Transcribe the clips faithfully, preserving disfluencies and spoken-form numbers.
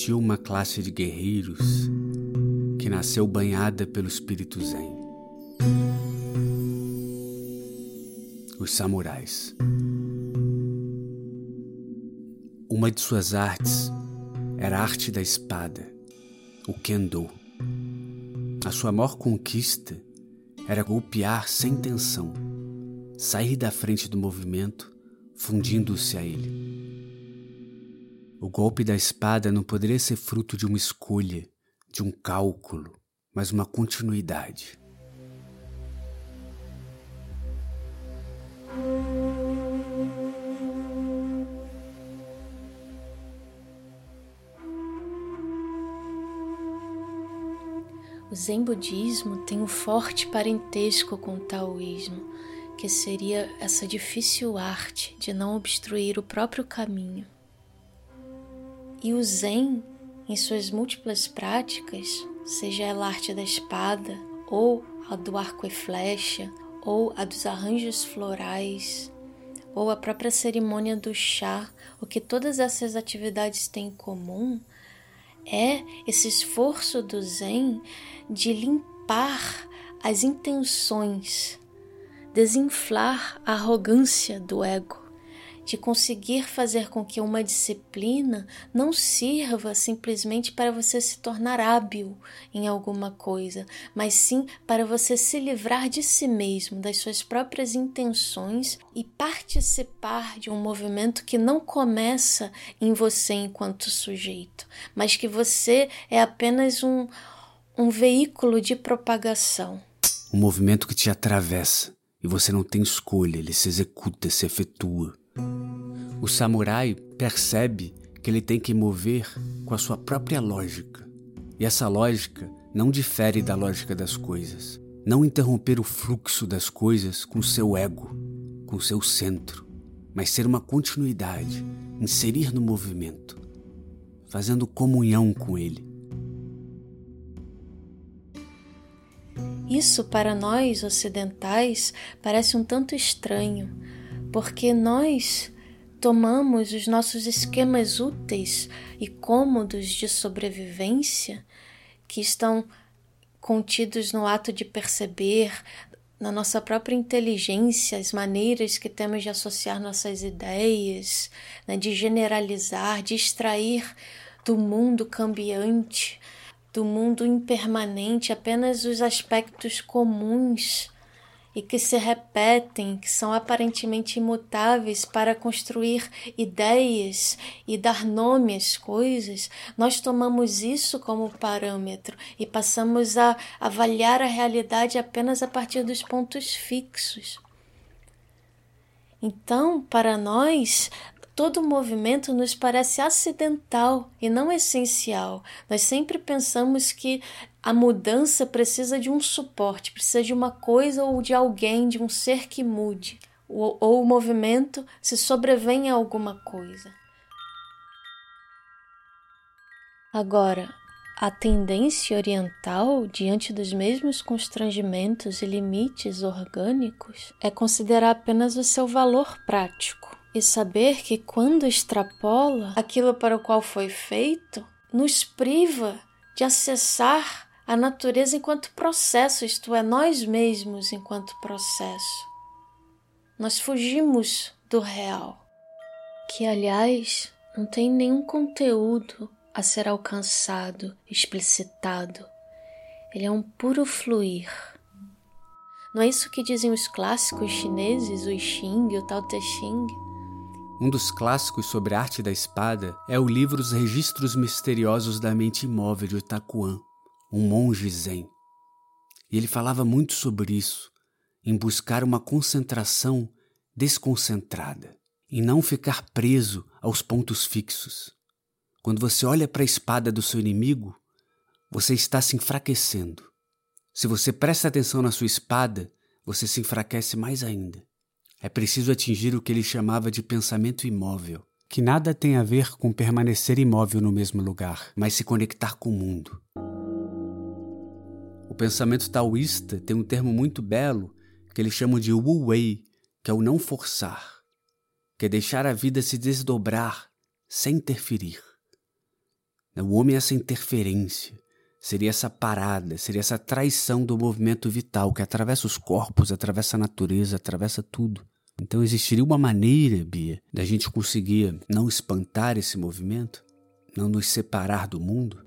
Existiu uma classe de guerreiros que nasceu banhada pelo espírito zen. Os samurais. Uma de suas artes era a arte da espada, o kendo. A sua maior conquista era golpear sem tensão, sair da frente do movimento, fundindo-se a ele. O golpe da espada não poderia ser fruto de uma escolha, de um cálculo, mas uma continuidade. O Zen Budismo tem um forte parentesco com o Taoísmo, que seria essa difícil arte de não obstruir o próprio caminho. E o Zen, em suas múltiplas práticas, seja ela a arte da espada, ou a do arco e flecha, ou a dos arranjos florais, ou a própria cerimônia do chá, o que todas essas atividades têm em comum é esse esforço do Zen de limpar as intenções, desinflar a arrogância do ego, de conseguir fazer com que uma disciplina não sirva simplesmente para você se tornar hábil em alguma coisa, mas sim para você se livrar de si mesmo, das suas próprias intenções e participar de um movimento que não começa em você enquanto sujeito, mas que você é apenas um, um veículo de propagação. Um movimento que te atravessa e você não tem escolha, ele se executa, se efetua. O samurai percebe que ele tem que mover com a sua própria lógica. E essa lógica não difere da lógica das coisas. Não interromper o fluxo das coisas com o seu ego, com o seu centro, mas ser uma continuidade, inserir no movimento, fazendo comunhão com ele. Isso para nós ocidentais parece um tanto estranho, porque nós tomamos os nossos esquemas úteis e cômodos de sobrevivência, que estão contidos no ato de perceber, na nossa própria inteligência, as maneiras que temos de associar nossas ideias, né, de generalizar, de extrair do mundo cambiante, do mundo impermanente, apenas os aspectos comuns e que se repetem, que são aparentemente imutáveis para construir ideias e dar nome às coisas. Nós tomamos isso como parâmetro e passamos a avaliar a realidade apenas a partir dos pontos fixos. Então, para nós, todo movimento nos parece acidental e não essencial. Nós sempre pensamos que a mudança precisa de um suporte, precisa de uma coisa ou de alguém, de um ser que mude. Ou, ou o movimento se sobrevém a alguma coisa. Agora, a tendência oriental, diante dos mesmos constrangimentos e limites orgânicos, é considerar apenas o seu valor prático e saber que quando extrapola aquilo para o qual foi feito, nos priva de acessar a natureza enquanto processo, isto é, nós mesmos enquanto processo. Nós fugimos do real, que, aliás, não tem nenhum conteúdo a ser alcançado, explicitado. Ele é um puro fluir. Não é isso que dizem os clássicos chineses, o I Ching e o Tao Te Ching? Um dos clássicos sobre a arte da espada é o livro Os Registros Misteriosos da Mente Imóvel de Takuan, um monge zen. E ele falava muito sobre isso, em buscar uma concentração desconcentrada, em não ficar preso aos pontos fixos. Quando você olha para a espada do seu inimigo, você está se enfraquecendo. Se você presta atenção na sua espada, você se enfraquece mais ainda. É preciso atingir o que ele chamava de pensamento imóvel, que nada tem a ver com permanecer imóvel no mesmo lugar, mas se conectar com o mundo. O pensamento taoísta tem um termo muito belo que eles chamam de Wu Wei, que é o não forçar, que é deixar a vida se desdobrar sem interferir. O homem é essa interferência, seria essa parada, seria essa traição do movimento vital que atravessa os corpos, atravessa a natureza, atravessa tudo. Então existiria uma maneira, Bia, da gente conseguir não espantar esse movimento, não nos separar do mundo?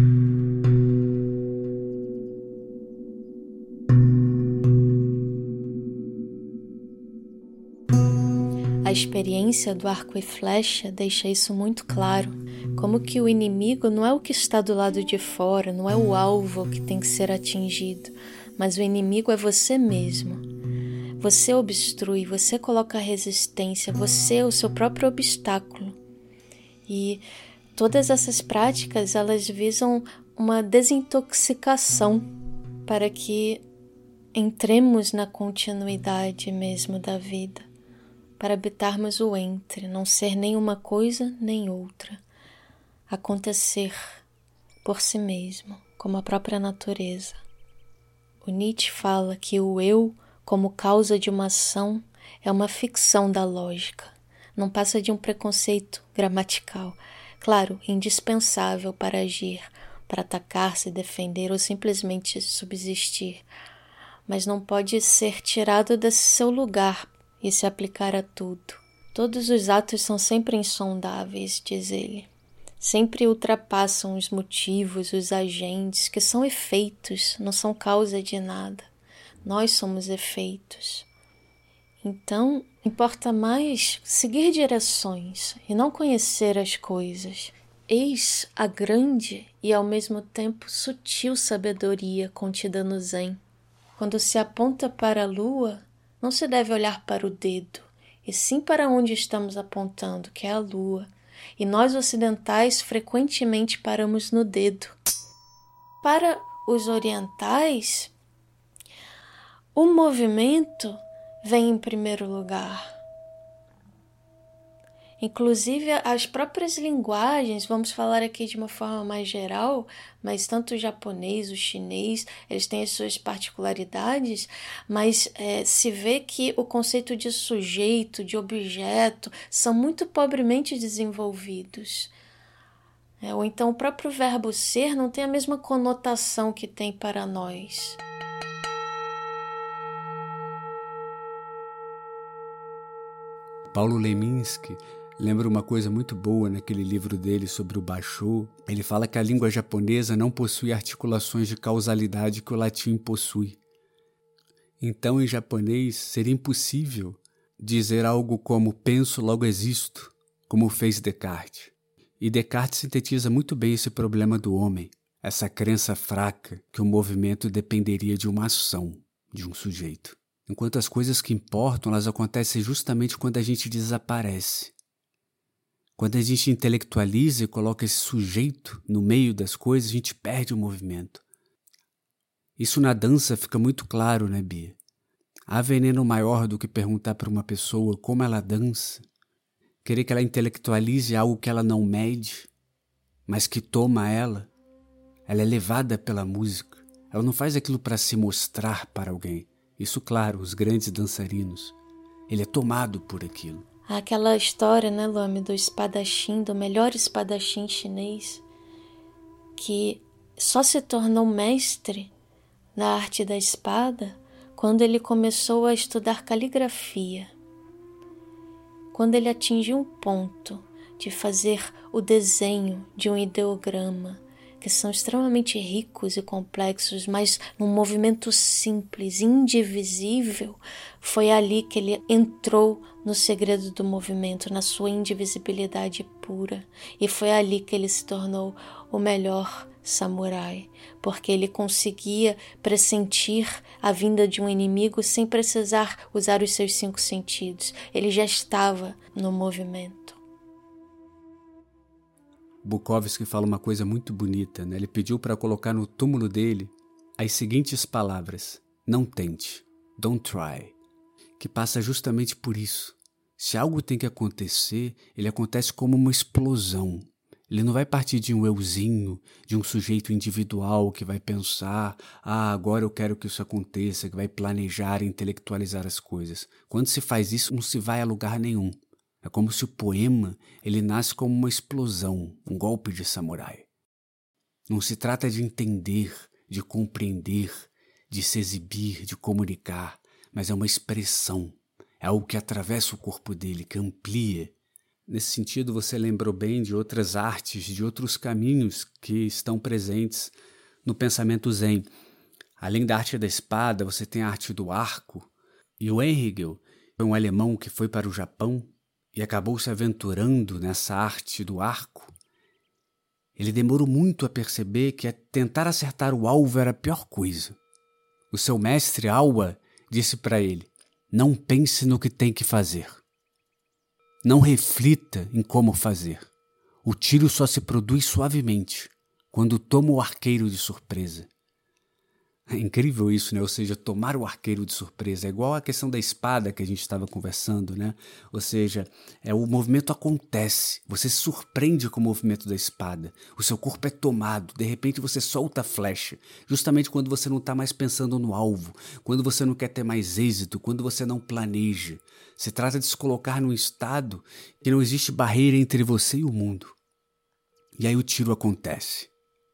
A experiência do arco e flecha deixa isso muito claro, como que o inimigo não é o que está do lado de fora, não é o alvo que tem que ser atingido, mas o inimigo é você mesmo. Você obstrui, você coloca resistência, você é o seu próprio obstáculo. E todas essas práticas, elas visam uma desintoxicação para que entremos na continuidade mesmo da vida, para habitarmos o entre, não ser nem uma coisa nem outra, acontecer por si mesmo, como a própria natureza. O Nietzsche fala que o eu, como causa de uma ação, é uma ficção da lógica, não passa de um preconceito gramatical, claro, indispensável para agir, para atacar, se defender ou simplesmente subsistir, mas não pode ser tirado desse seu lugar e se aplicar a tudo. Todos os atos são sempre insondáveis, diz ele. Sempre ultrapassam os motivos, os agentes, que são efeitos, não são causa de nada. Nós somos efeitos. Então, importa mais seguir direções e não conhecer as coisas. Eis a grande e ao mesmo tempo sutil sabedoria contida no Zen. Quando se aponta para a lua, não se deve olhar para o dedo, e sim para onde estamos apontando, que é a lua. E nós ocidentais frequentemente paramos no dedo. Para os orientais, o movimento vem em primeiro lugar. Inclusive as próprias linguagens, vamos falar aqui de uma forma mais geral, mas tanto o japonês, o chinês, eles têm as suas particularidades, mas é, se vê que o conceito de sujeito, de objeto, são muito pobremente desenvolvidos. É, ou então o próprio verbo ser não tem a mesma conotação que tem para nós. Paulo Leminski lembra uma coisa muito boa naquele livro dele sobre o Basho. Ele fala que a língua japonesa não possui articulações de causalidade que o latim possui. Então, em japonês, seria impossível dizer algo como penso, logo existo, como fez Descartes. E Descartes sintetiza muito bem esse problema do homem, essa crença fraca que o movimento dependeria de uma ação, de um sujeito. Enquanto as coisas que importam, elas acontecem justamente quando a gente desaparece. Quando a gente intelectualiza e coloca esse sujeito no meio das coisas, a gente perde o movimento. Isso na dança fica muito claro, né, Bia? Há veneno maior do que perguntar para uma pessoa como ela dança, querer que ela intelectualize algo que ela não mede, mas que toma ela. Ela é levada pela música. Ela não faz aquilo para se mostrar para alguém. Isso, claro, os grandes dançarinos. Ele é tomado por aquilo. Aquela história, né, Lame, do espadachim, do melhor espadachim chinês, que só se tornou mestre na arte da espada quando ele começou a estudar caligrafia. Quando ele atingiu um ponto de fazer o desenho de um ideograma, que são extremamente ricos e complexos, mas num movimento simples, indivisível, foi ali que ele entrou no segredo do movimento, na sua indivisibilidade pura. E foi ali que ele se tornou o melhor samurai, porque ele conseguia pressentir a vinda de um inimigo sem precisar usar os seus cinco sentidos. Ele já estava no movimento. Bukowski fala uma coisa muito bonita, né? Ele pediu para colocar no túmulo dele as seguintes palavras: não tente, don't try, que passa justamente por isso. Se algo tem que acontecer, ele acontece como uma explosão. Ele não vai partir de um euzinho, de um sujeito individual que vai pensar, ah, agora eu quero que isso aconteça, que vai planejar e intelectualizar as coisas. Quando se faz isso, não se vai a lugar nenhum. É como se o poema ele nasce como uma explosão, um golpe de samurai. Não se trata de entender, de compreender, de se exibir, de comunicar, mas é uma expressão, é algo que atravessa o corpo dele, que amplia. Nesse sentido, você lembrou bem de outras artes, de outros caminhos que estão presentes no pensamento zen. Além da arte da espada, você tem a arte do arco. E o Henrigel foi um alemão que foi para o Japão e acabou se aventurando nessa arte do arco. Ele demorou muito a perceber que tentar acertar o alvo era a pior coisa. O seu mestre, Awa, disse para ele: não pense no que tem que fazer. Não reflita em como fazer. O tiro só se produz suavemente, quando toma o arqueiro de surpresa. É incrível isso, né? Ou seja, tomar o arqueiro de surpresa. É igual a questão da espada que a gente estava conversando, né? Ou seja, é, o movimento acontece. Você se surpreende com o movimento da espada. O seu corpo é tomado. De repente você solta a flecha. Justamente quando você não está mais pensando no alvo. Quando você não quer ter mais êxito. Quando você não planeja. Se trata de se colocar num estado que não existe barreira entre você e o mundo. E aí o tiro acontece.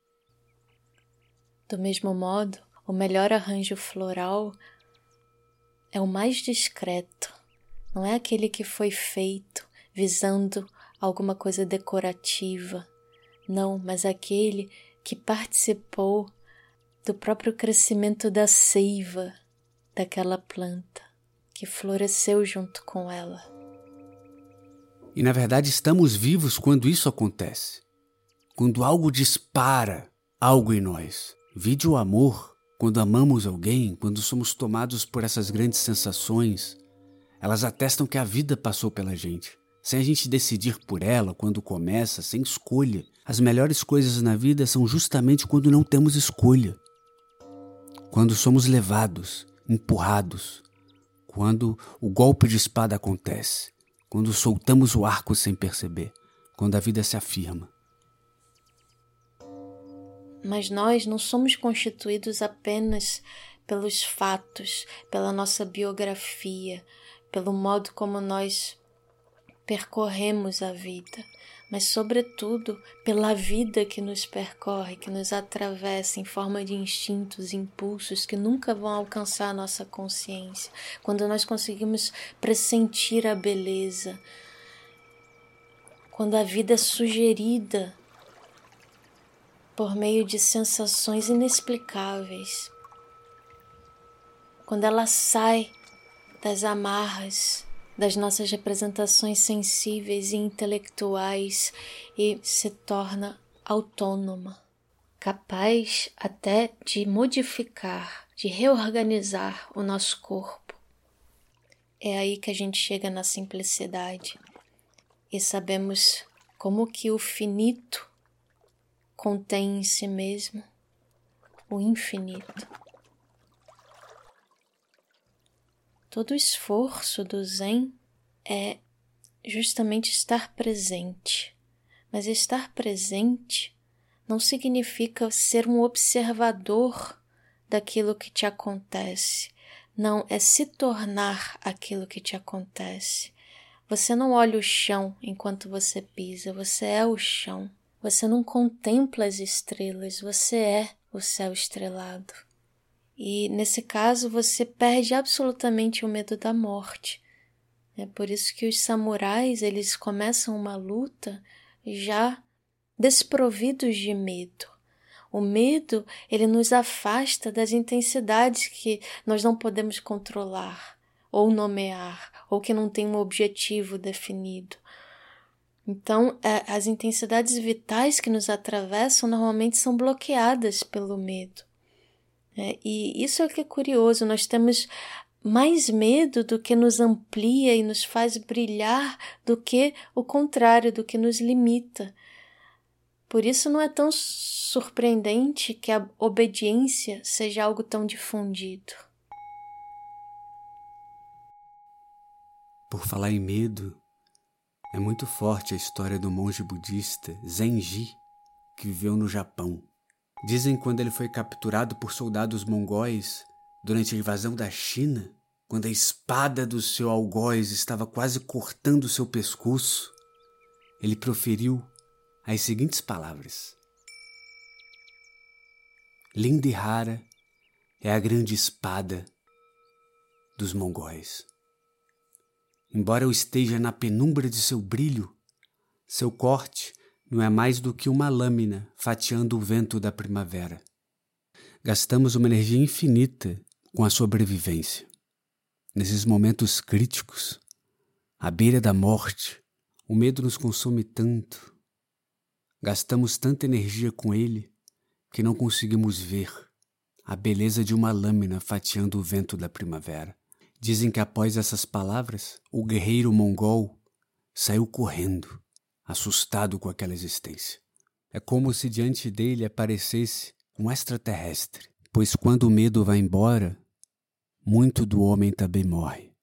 Do mesmo modo, o melhor arranjo floral é o mais discreto, não é aquele que foi feito visando alguma coisa decorativa, não, mas aquele que participou do próprio crescimento da seiva daquela planta, que floresceu junto com ela. E na verdade estamos vivos quando isso acontece, quando algo dispara algo em nós. Vide o amor. Quando amamos alguém, quando somos tomados por essas grandes sensações, elas atestam que a vida passou pela gente. Sem a gente decidir por ela, quando começa, sem escolha. As melhores coisas na vida são justamente quando não temos escolha. Quando somos levados, empurrados. Quando o golpe de espada acontece. Quando soltamos o arco sem perceber. Quando a vida se afirma. Mas nós não somos constituídos apenas pelos fatos, pela nossa biografia, pelo modo como nós percorremos a vida, mas sobretudo pela vida que nos percorre, que nos atravessa em forma de instintos, impulsos que nunca vão alcançar a nossa consciência. Quando nós conseguimos pressentir a beleza, quando a vida é sugerida por meio de sensações inexplicáveis, quando ela sai das amarras das nossas representações sensíveis e intelectuais e se torna autônoma, capaz até de modificar, de reorganizar o nosso corpo. É aí que a gente chega na simplicidade e sabemos como que o finito contém em si mesmo o infinito. Todo o esforço do Zen é justamente estar presente, mas estar presente não significa ser um observador daquilo que te acontece, não, é se tornar aquilo que te acontece. Você não olha o chão enquanto você pisa, você é o chão. Você não contempla as estrelas, você é o céu estrelado. E nesse caso você perde absolutamente o medo da morte. É por isso que os samurais, eles começam uma luta já desprovidos de medo. O medo, ele nos afasta das intensidades que nós não podemos controlar, ou nomear, ou que não tem um objetivo definido. Então, as intensidades vitais que nos atravessam normalmente são bloqueadas pelo medo. E isso é o que é curioso, nós temos mais medo do que nos amplia e nos faz brilhar do que o contrário, do que nos limita. Por isso não é tão surpreendente que a obediência seja algo tão difundido. Por falar em medo, é muito forte a história do monge budista Zenji, que viveu no Japão. Dizem que quando ele foi capturado por soldados mongóis durante a invasão da China, quando a espada do seu algoz estava quase cortando seu pescoço, ele proferiu as seguintes palavras: linda e rara, é a grande espada dos mongóis. Embora eu esteja na penumbra de seu brilho, seu corte não é mais do que uma lâmina fatiando o vento da primavera. Gastamos uma energia infinita com a sobrevivência. Nesses momentos críticos, à beira da morte, o medo nos consome tanto. Gastamos tanta energia com ele que não conseguimos ver a beleza de uma lâmina fatiando o vento da primavera. Dizem que após essas palavras, o guerreiro mongol saiu correndo, assustado com aquela existência. É como se diante dele aparecesse um extraterrestre, pois quando o medo vai embora, muito do homem também morre.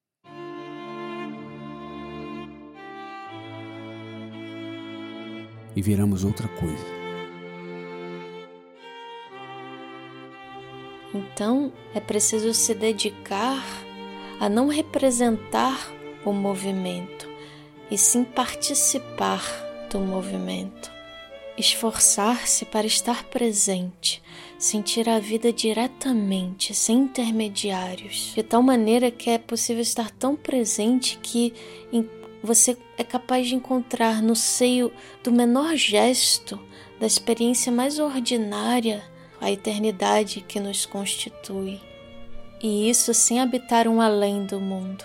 E viramos outra coisa. Então, é preciso se dedicar a não representar o movimento, e sim participar do movimento. Esforçar-se para estar presente, sentir a vida diretamente, sem intermediários, de tal maneira que é possível estar tão presente que você é capaz de encontrar no seio do menor gesto, da experiência mais ordinária, a eternidade que nos constitui. E isso sem habitar um além do mundo.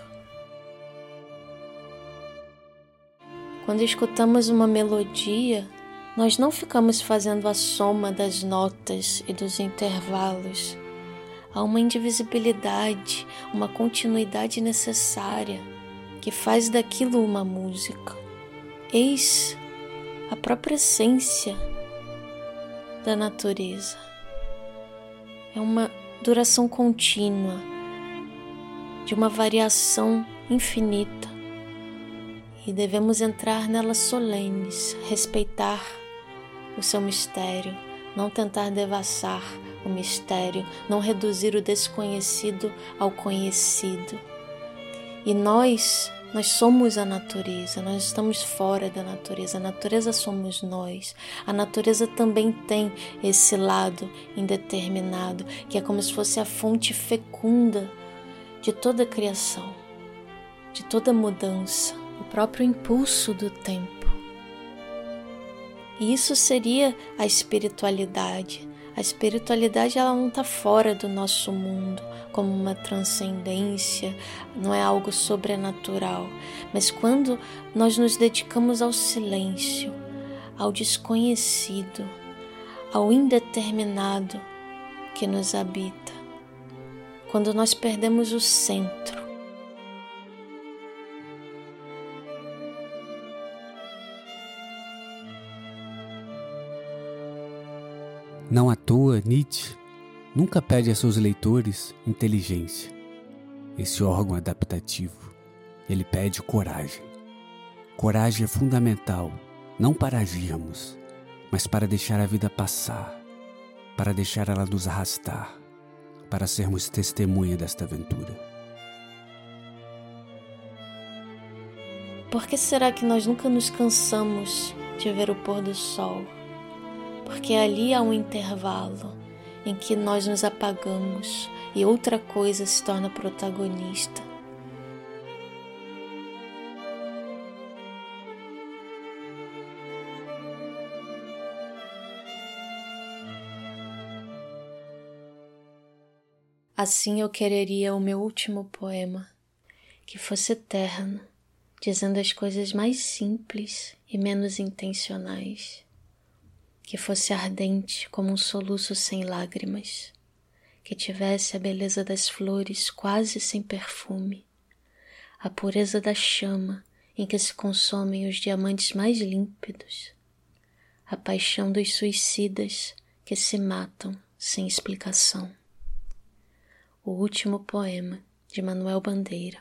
Quando escutamos uma melodia, nós não ficamos fazendo a soma das notas e dos intervalos. Há uma indivisibilidade, uma continuidade necessária que faz daquilo uma música. Eis a própria essência da natureza. É uma duração contínua, de uma variação infinita. E devemos entrar nela solenes, respeitar o seu mistério, não tentar devassar o mistério, não reduzir o desconhecido ao conhecido. E nós, nós somos a natureza, nós estamos fora da natureza, a natureza somos nós. A natureza também tem esse lado indeterminado, que é como se fosse a fonte fecunda de toda a criação, de toda mudança, o próprio impulso do tempo. E isso seria a espiritualidade. A espiritualidade ela não está fora do nosso mundo, como uma transcendência, não é algo sobrenatural. Mas quando nós nos dedicamos ao silêncio, ao desconhecido, ao indeterminado que nos habita, quando nós perdemos o centro, não à toa, Nietzsche nunca pede a seus leitores inteligência, esse órgão adaptativo. Ele pede coragem. Coragem é fundamental, não para agirmos, mas para deixar a vida passar, para deixar ela nos arrastar, para sermos testemunha desta aventura. Por que será que nós nunca nos cansamos de ver o pôr do sol? Porque ali há um intervalo em que nós nos apagamos e outra coisa se torna protagonista. Assim eu quereria o meu último poema, que fosse eterno, dizendo as coisas mais simples e menos intencionais. Que fosse ardente como um soluço sem lágrimas, que tivesse a beleza das flores quase sem perfume, a pureza da chama em que se consomem os diamantes mais límpidos, a paixão dos suicidas que se matam sem explicação. O último poema de Manuel Bandeira.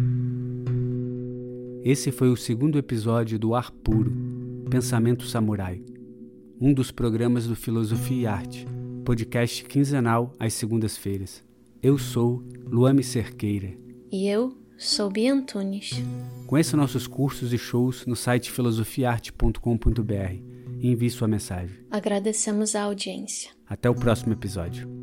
Esse foi o segundo episódio do Ar Puro, Pensamento Samurai, um dos programas do Filosofia e Arte, podcast quinzenal às segundas-feiras. Eu sou Luame Cerqueira. E eu sou Bia Antunes. Conheça nossos cursos e shows no site filosofia arte ponto com ponto b r e envie sua mensagem. Agradecemos a audiência. Até o próximo episódio.